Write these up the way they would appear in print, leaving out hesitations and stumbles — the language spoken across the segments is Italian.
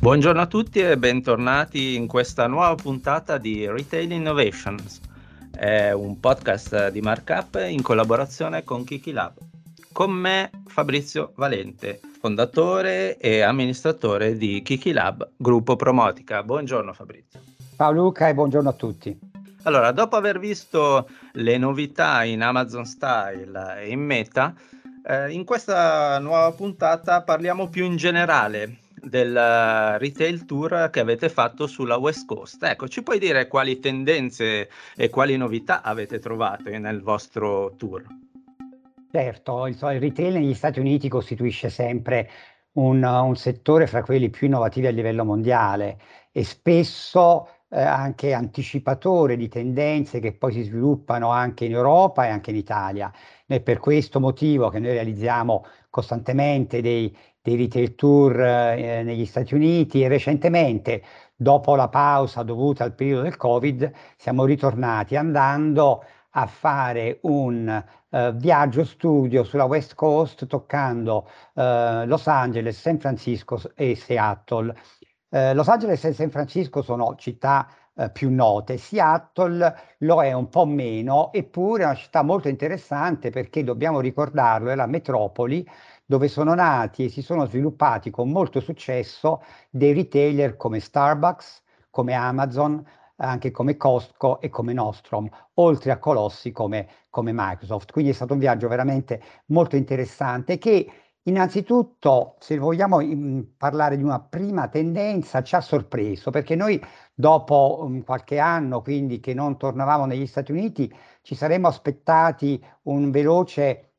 Buongiorno a tutti e bentornati in questa nuova puntata di Retail Innovations. È un podcast di Markup in collaborazione con Kiki Lab. Con me Fabrizio Valente, fondatore e amministratore di Kiki Lab, gruppo Promotica. Buongiorno Fabrizio. Ciao Luca e buongiorno a tutti. Allora, dopo aver visto le novità in Amazon Style e in Meta, in questa nuova puntata parliamo più in generale del retail tour che avete fatto sulla West Coast. Ecco, ci puoi dire quali tendenze e quali novità avete trovato nel vostro tour? Certo, il retail negli Stati Uniti costituisce sempre un settore fra quelli più innovativi a livello mondiale e spesso anche anticipatore di tendenze che poi si sviluppano anche in Europa e anche in Italia. È per questo motivo che noi realizziamo costantemente dei retail tour negli Stati Uniti e recentemente, dopo la pausa dovuta al periodo del Covid, siamo ritornati andando a fare un viaggio studio sulla West Coast toccando Los Angeles, San Francisco e Seattle. Los Angeles e San Francisco sono città più note, Seattle lo è un po' meno, eppure è una città molto interessante perché dobbiamo ricordarlo, è la metropoli dove sono nati e si sono sviluppati con molto successo dei retailer come Starbucks, come Amazon, anche come Costco e come Nordstrom, oltre a colossi come Microsoft. Quindi è stato un viaggio veramente molto interessante che innanzitutto, se vogliamo parlare di una prima tendenza, ci ha sorpreso perché noi dopo qualche anno, quindi che non tornavamo negli Stati Uniti, ci saremmo aspettati un veloce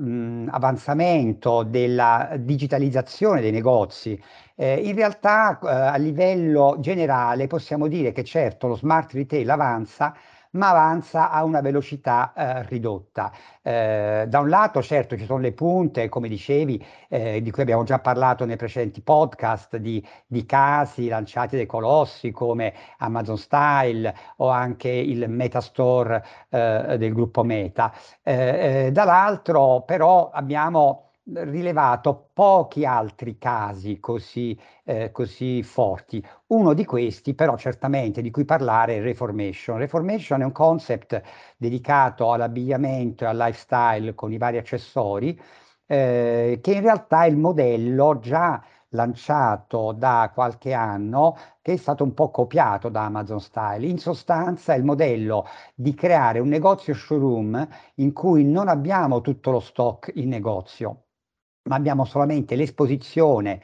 avanzamento della digitalizzazione dei negozi. In realtà, a livello generale, possiamo dire che certo lo smart retail avanza, ma avanza a una velocità ridotta. Da un lato, certo, ci sono le punte, come dicevi, di cui abbiamo già parlato nei precedenti podcast, di casi lanciati dai colossi come Amazon Style o anche il Metastore del gruppo Meta. Dall'altro, però, abbiamo rilevato pochi altri casi così forti. Uno di questi, però, certamente di cui parlare è Reformation. Reformation è un concept dedicato all'abbigliamento e al lifestyle con i vari accessori, che in realtà è il modello già lanciato da qualche anno, che è stato un po' copiato da Amazon Style. In sostanza è il modello di creare un negozio showroom in cui non abbiamo tutto lo stock in negozio, ma abbiamo solamente l'esposizione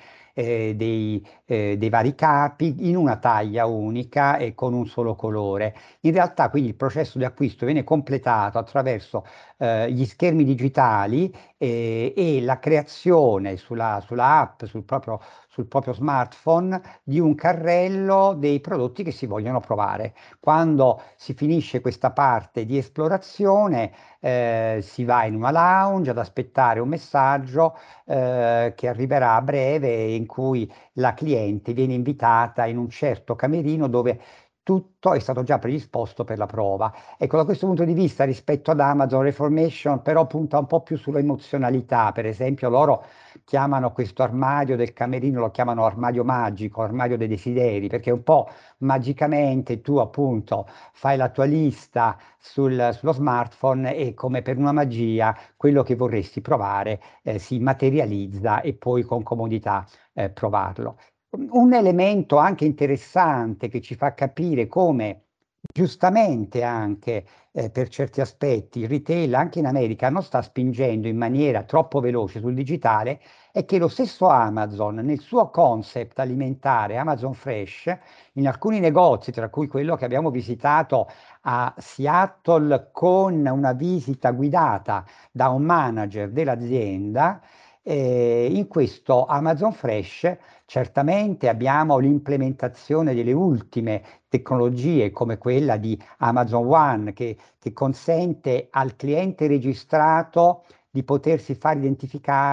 dei vari capi in una taglia unica e con un solo colore. In realtà quindi il processo di acquisto viene completato attraverso gli schermi digitali e la creazione sulla app, sul proprio smartphone, di un carrello dei prodotti che si vogliono provare. Quando si finisce questa parte di esplorazione, si va in una lounge ad aspettare un messaggio che arriverà a breve in cui la cliente viene invitata in un certo camerino dove tutto è stato già predisposto per la prova. Ecco, da questo punto di vista, rispetto ad Amazon, Reformation però punta un po' più sull'emozionalità. Per esempio, loro chiamano questo armadio del camerino, lo chiamano armadio magico, armadio dei desideri, perché un po' magicamente tu appunto fai la tua lista sullo smartphone e come per una magia quello che vorresti provare si materializza e puoi con comodità provarlo. Un elemento anche interessante che ci fa capire come giustamente anche per certi aspetti il retail anche in America non sta spingendo in maniera troppo veloce sul digitale è che lo stesso Amazon nel suo concept alimentare Amazon Fresh in alcuni negozi, tra cui quello che abbiamo visitato a Seattle con una visita guidata da un manager dell'azienda, in questo Amazon Fresh certamente abbiamo l'implementazione delle ultime tecnologie come quella di Amazon One che consente al cliente registrato di potersi far identificare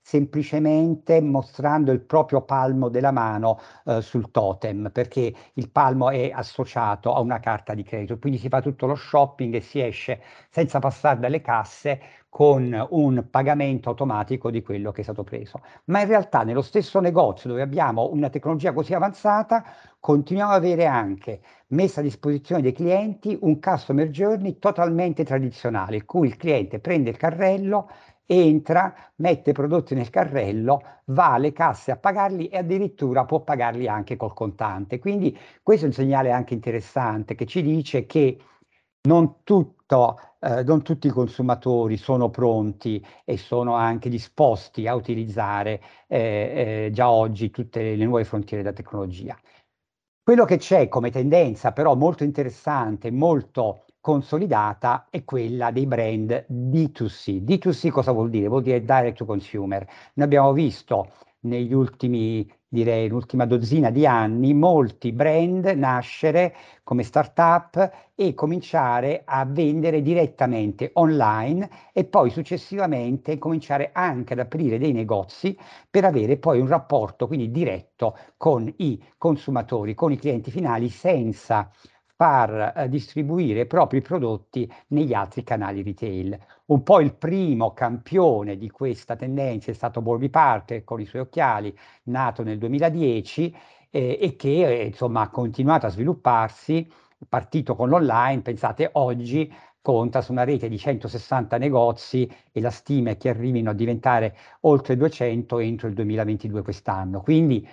semplicemente mostrando il proprio palmo della mano sul totem, perché il palmo è associato a una carta di credito, quindi si fa tutto lo shopping e si esce senza passare dalle casse con un pagamento automatico di quello che è stato preso. Ma in realtà nello stesso negozio dove abbiamo una tecnologia così avanzata, continuiamo ad avere anche messa a disposizione dei clienti un customer journey totalmente tradizionale, in cui il cliente prende il carrello, entra, mette i prodotti nel carrello, va alle casse a pagarli e addirittura può pagarli anche col contante. Quindi questo è un segnale anche interessante che ci dice che non tutti i consumatori sono pronti e sono anche disposti a utilizzare già oggi tutte le nuove frontiere della tecnologia. Quello che c'è come tendenza però molto interessante, molto consolidata, è quella dei brand D2C. D2C cosa vuol dire? Vuol dire direct to consumer. Noi abbiamo visto negli ultimi, direi, l'ultima dozzina di anni, molti brand nascere come start-up e cominciare a vendere direttamente online e poi successivamente cominciare anche ad aprire dei negozi per avere poi un rapporto quindi diretto con i consumatori, con i clienti finali, senza far distribuire i propri prodotti negli altri canali retail. Un po' il primo campione di questa tendenza è stato Warby Parker con i suoi occhiali, nato nel 2010 e che insomma ha continuato a svilupparsi, partito con l'online, pensate oggi conta su una rete di 160 negozi e la stima è che arrivino a diventare oltre 200 entro il 2022 quest'anno. Quindi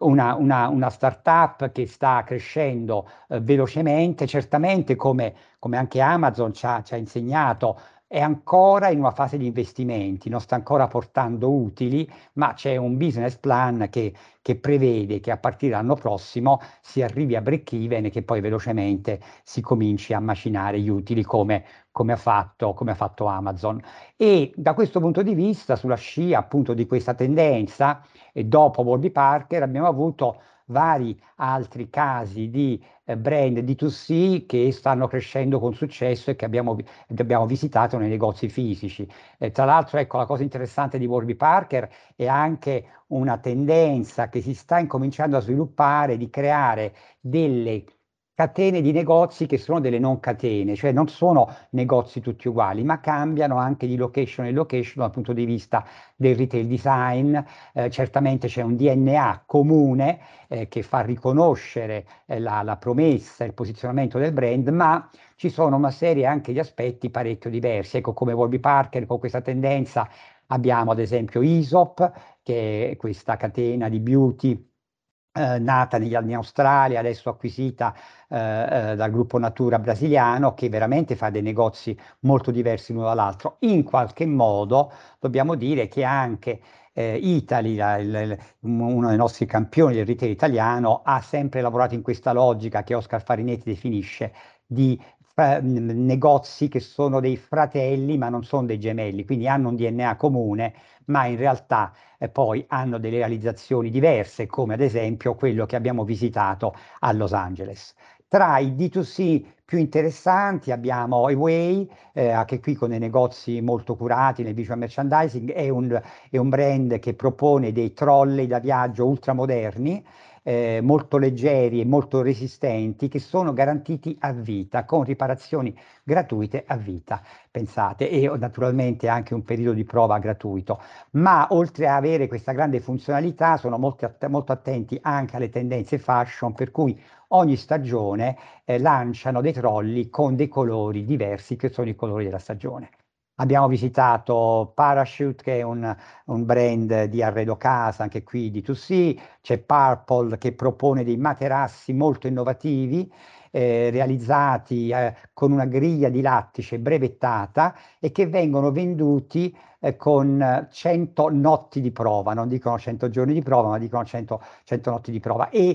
una startup che sta crescendo velocemente, certamente come anche Amazon ci ha insegnato, è ancora in una fase di investimenti, non sta ancora portando utili, ma c'è un business plan che prevede che a partire dall'anno prossimo si arrivi a break-even e che poi velocemente si cominci a macinare gli utili come ha fatto Amazon. E da questo punto di vista, sulla scia appunto di questa tendenza, e dopo Warby Parker abbiamo avuto vari altri casi di brand D2C che stanno crescendo con successo e che abbiamo visitato nei negozi fisici. Tra l'altro, ecco, la cosa interessante di Warby Parker è anche una tendenza che si sta incominciando a sviluppare di creare delle catene di negozi che sono delle non catene, cioè non sono negozi tutti uguali, ma cambiano anche di location in location dal punto di vista del retail design. Certamente c'è un DNA comune che fa riconoscere la promessa, il posizionamento del brand, ma ci sono una serie anche di aspetti parecchio diversi. Ecco, come Warby Parker, con questa tendenza abbiamo ad esempio Aesop, che è questa catena di beauty nata negli anni Australia, adesso acquisita dal gruppo Natura brasiliano, che veramente fa dei negozi molto diversi l'uno dall'altro. In qualche modo dobbiamo dire che anche Italy, uno dei nostri campioni del retail italiano, ha sempre lavorato in questa logica che Oscar Farinetti definisce di negozi che sono dei fratelli ma non sono dei gemelli, quindi hanno un DNA comune, ma in realtà poi hanno delle realizzazioni diverse, come ad esempio quello che abbiamo visitato a Los Angeles. Tra i D2C più interessanti abbiamo Away, anche qui con dei negozi molto curati nel visual merchandising, è un brand che propone dei trolley da viaggio ultramoderni, molto leggeri e molto resistenti, che sono garantiti a vita, con riparazioni gratuite a vita, pensate, e naturalmente anche un periodo di prova gratuito. Ma oltre a avere questa grande funzionalità, sono molto attenti anche alle tendenze fashion, per cui ogni stagione lanciano dei trolley con dei colori diversi che sono i colori della stagione. Abbiamo visitato Parachute, che è un brand di arredo casa, anche qui D2C, c'è Purple che propone dei materassi molto innovativi, realizzati con una griglia di lattice brevettata e che vengono venduti con 100 notti di prova, non dicono 100 giorni di prova, ma dicono 100 notti di prova e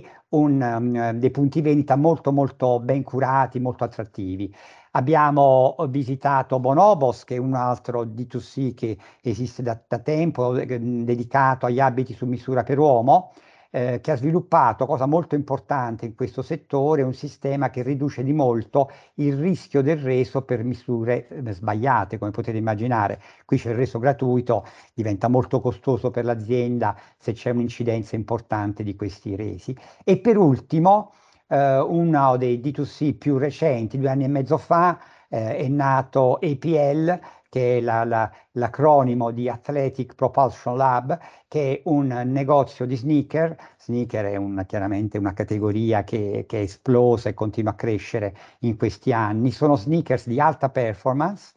dei punti vendita molto molto ben curati, molto attrattivi. Abbiamo visitato Bonobos, che è un altro D2C che esiste da tempo, dedicato agli abiti su misura per uomo, che ha sviluppato, cosa molto importante in questo settore, un sistema che riduce di molto il rischio del reso per misure sbagliate, come potete immaginare. Qui c'è il reso gratuito, diventa molto costoso per l'azienda se c'è un'incidenza importante di questi resi. E per ultimo, uno dei D2C più recenti, 2 anni e mezzo fa, è nato APL, che è l'acronimo di Athletic Propulsion Lab, che è un negozio di sneaker. Sneaker è chiaramente una categoria che è esplosa e continua a crescere in questi anni. Sono sneakers di alta performance,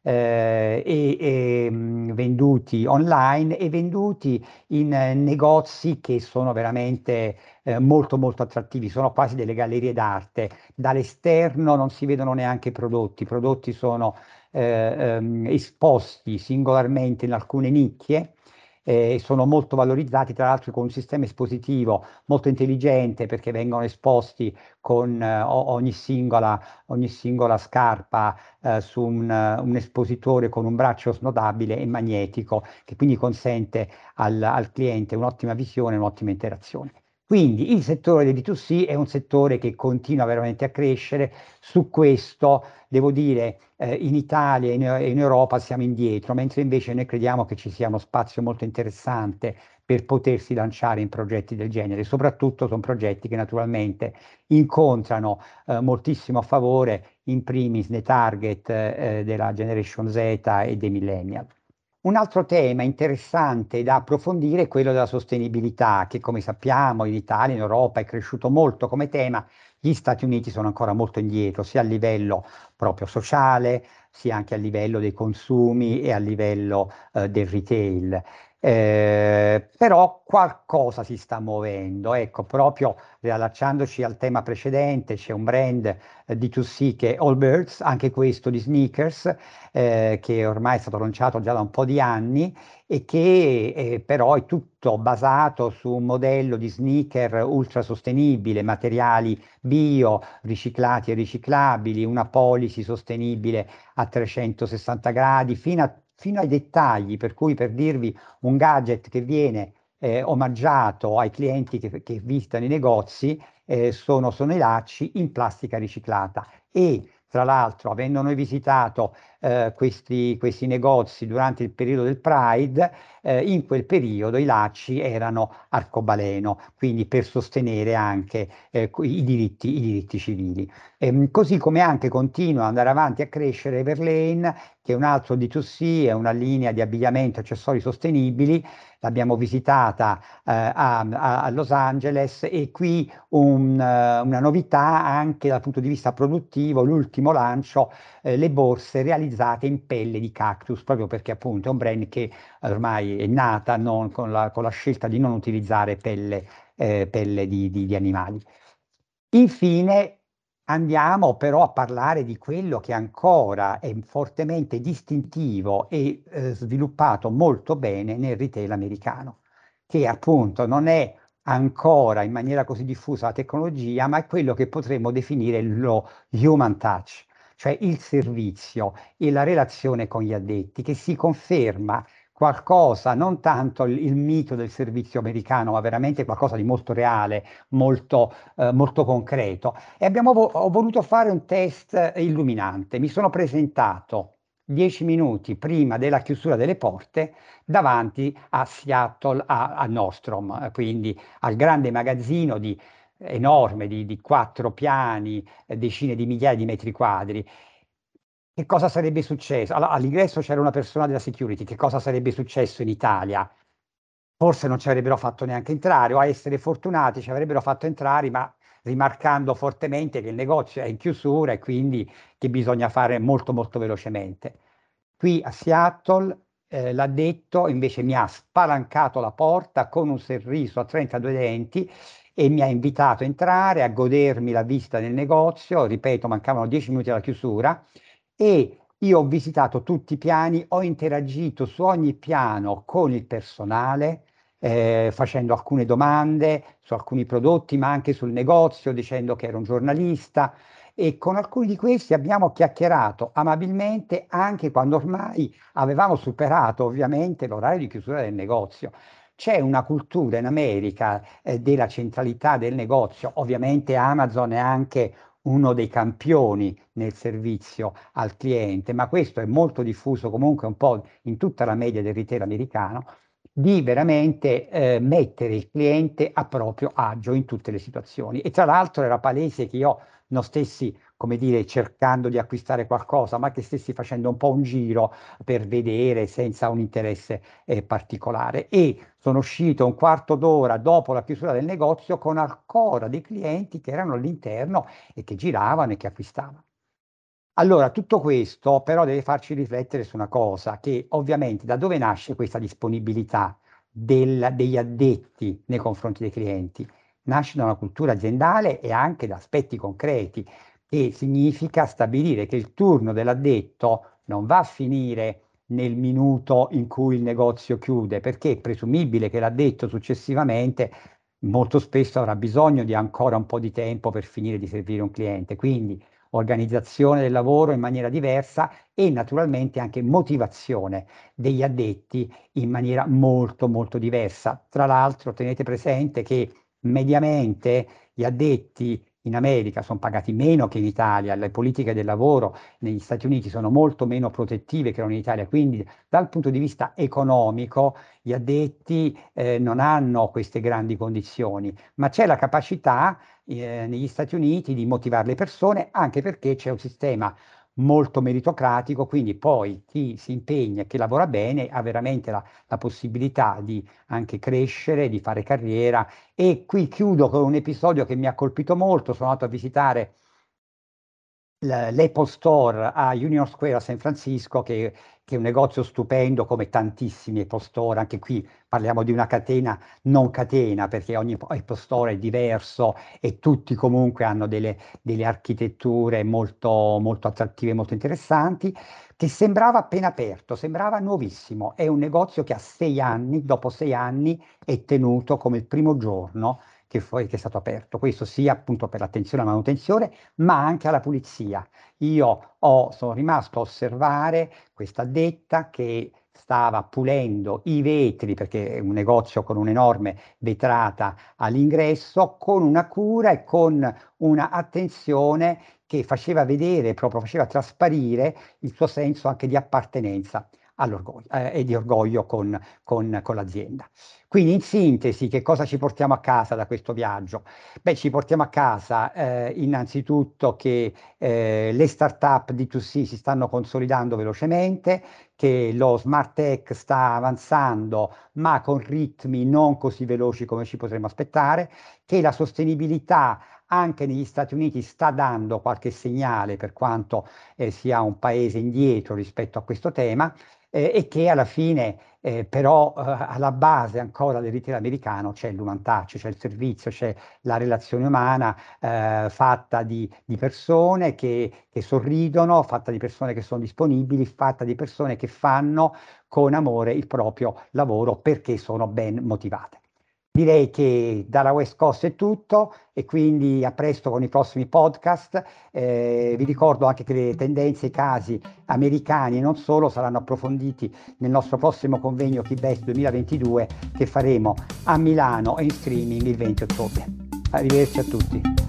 venduti online e venduti in negozi che sono veramente molto molto attrattivi, sono quasi delle gallerie d'arte. Dall'esterno non si vedono neanche i prodotti sono esposti singolarmente in alcune nicchie. Sono molto valorizzati, tra l'altro con un sistema espositivo molto intelligente, perché vengono esposti con ogni singola scarpa su un espositore con un braccio snodabile e magnetico, che quindi consente al cliente un'ottima visione, un'ottima interazione. Quindi il settore del D2C è un settore che continua veramente a crescere. Su questo devo dire, in Italia e in Europa siamo indietro, mentre invece noi crediamo che ci sia uno spazio molto interessante per potersi lanciare in progetti del genere. Soprattutto sono progetti che naturalmente incontrano moltissimo a favore, in primis nei target della Generation Z e dei millennial. Un altro tema interessante da approfondire è quello della sostenibilità, che come sappiamo in Italia, in Europa è cresciuto molto come tema. Gli Stati Uniti sono ancora molto indietro, sia a livello proprio sociale, sia anche a livello dei consumi e a livello del retail. Però qualcosa si sta muovendo. Ecco, proprio riallacciandoci al tema precedente, c'è un brand D2C che è Allbirds, anche questo di sneakers, che ormai è stato lanciato già da un po' di anni e che però è tutto basato su un modello di sneaker ultra sostenibile, materiali bio, riciclati e riciclabili, una policy sostenibile a 360 gradi, fino ai dettagli, per cui per dirvi un gadget che viene omaggiato ai clienti che visitano i negozi sono i lacci in plastica riciclata. E tra l'altro, avendo noi visitato questi negozi durante il periodo del Pride, in quel periodo i lacci erano arcobaleno, quindi per sostenere anche i diritti civili. Così come anche continua ad andare avanti a crescere Everlane, che è un altro D2C, è una linea di abbigliamento e accessori sostenibili. L'abbiamo visitata a Los Angeles, e qui una novità anche dal punto di vista produttivo, l'ultimo lancio, le borse realizzate in pelle di cactus, proprio perché appunto è un brand che ormai è nata con la scelta di non utilizzare pelle di animali. Infine andiamo però a parlare di quello che ancora è fortemente distintivo e sviluppato molto bene nel retail americano, che appunto non è ancora in maniera così diffusa la tecnologia, ma è quello che potremmo definire lo human touch, cioè il servizio e la relazione con gli addetti, che si conferma qualcosa, non tanto il mito del servizio americano, ma veramente qualcosa di molto reale, molto concreto. E ho voluto fare un test illuminante. Mi sono presentato 10 minuti prima della chiusura delle porte davanti a Seattle, a Nordstrom, quindi al grande magazzino enorme di 4 piani, decine di migliaia di metri quadri. Che cosa sarebbe successo? Allora, all'ingresso c'era una persona della security. Che cosa sarebbe successo in Italia? Forse non ci avrebbero fatto neanche entrare, o a essere fortunati ci avrebbero fatto entrare, ma rimarcando fortemente che il negozio è in chiusura e quindi che bisogna fare molto molto velocemente. Qui a Seattle l'addetto invece mi ha spalancato la porta con un sorriso a 32 denti e mi ha invitato a entrare, a godermi la vista del negozio. Ripeto, mancavano 10 minuti alla chiusura, e io ho visitato tutti i piani, ho interagito su ogni piano con il personale, facendo alcune domande su alcuni prodotti, ma anche sul negozio, dicendo che ero un giornalista. E con alcuni di questi abbiamo chiacchierato amabilmente, anche quando ormai avevamo superato ovviamente l'orario di chiusura del negozio. c'è una cultura in America della centralità del negozio. Ovviamente Amazon è anche uno dei campioni nel servizio al cliente, ma questo è molto diffuso comunque un po' in tutta la media del retail americano, di veramente mettere il cliente a proprio agio in tutte le situazioni. E tra l'altro era palese che io non stessi, come dire, cercando di acquistare qualcosa, ma che stessi facendo un po' un giro per vedere senza un interesse particolare. E sono uscito un quarto d'ora dopo la chiusura del negozio con ancora dei clienti che erano all'interno e che giravano e che acquistavano. Allora, tutto questo però deve farci riflettere su una cosa, che ovviamente da dove nasce questa disponibilità degli addetti nei confronti dei clienti? Nasce da una cultura aziendale e anche da aspetti concreti, che significa stabilire che il turno dell'addetto non va a finire nel minuto in cui il negozio chiude, perché è presumibile che l'addetto successivamente molto spesso avrà bisogno di ancora un po' di tempo per finire di servire un cliente. Quindi organizzazione del lavoro in maniera diversa e naturalmente anche motivazione degli addetti in maniera molto molto diversa. Tra l'altro tenete presente che mediamente gli addetti in America sono pagati meno che in Italia, le politiche del lavoro negli Stati Uniti sono molto meno protettive che non in Italia, quindi dal punto di vista economico gli addetti non hanno queste grandi condizioni, ma c'è la capacità negli Stati Uniti di motivare le persone, anche perché c'è un sistema molto meritocratico, quindi poi chi si impegna e chi lavora bene ha veramente la possibilità di anche crescere, di fare carriera. E qui chiudo con un episodio che mi ha colpito molto. Sono andato a visitare l'Apple Store a Union Square a San Francisco, che è un negozio stupendo come tantissimi Apple Store. Anche qui parliamo di una catena non catena, perché ogni Apple Store è diverso e tutti comunque hanno delle architetture molto, molto attrattive, molto interessanti, che sembrava appena aperto, sembrava nuovissimo. È un negozio che ha 6 anni, dopo 6 anni è tenuto come il primo giorno che è stato aperto. Questo sia appunto per l'attenzione alla manutenzione, ma anche alla pulizia. Sono rimasto a osservare questa addetta che stava pulendo i vetri, perché è un negozio con un'enorme vetrata all'ingresso, con una cura e con una attenzione che faceva vedere, proprio faceva trasparire il suo senso anche di appartenenza all'orgoglio e di orgoglio con l'azienda. Quindi in sintesi, che cosa ci portiamo a casa da questo viaggio? Beh, ci portiamo a casa innanzitutto che le start-up D2C si stanno consolidando velocemente, che lo smart tech sta avanzando, ma con ritmi non così veloci come ci potremmo aspettare, che la sostenibilità anche negli Stati Uniti sta dando qualche segnale, per quanto sia un paese indietro rispetto a questo tema, e che alla fine però alla base ancora del retail americano c'è l'human touch, c'è il servizio, c'è la relazione umana fatta di persone che sorridono, fatta di persone che sono disponibili, fatta di persone che fanno con amore il proprio lavoro perché sono ben motivate. Direi che dalla West Coast è tutto e quindi a presto con i prossimi podcast. Vi ricordo anche che le tendenze e i casi americani e non solo saranno approfonditi nel nostro prossimo convegno KeyBest 2022 che faremo a Milano e in streaming il 20 ottobre. Arrivederci a tutti.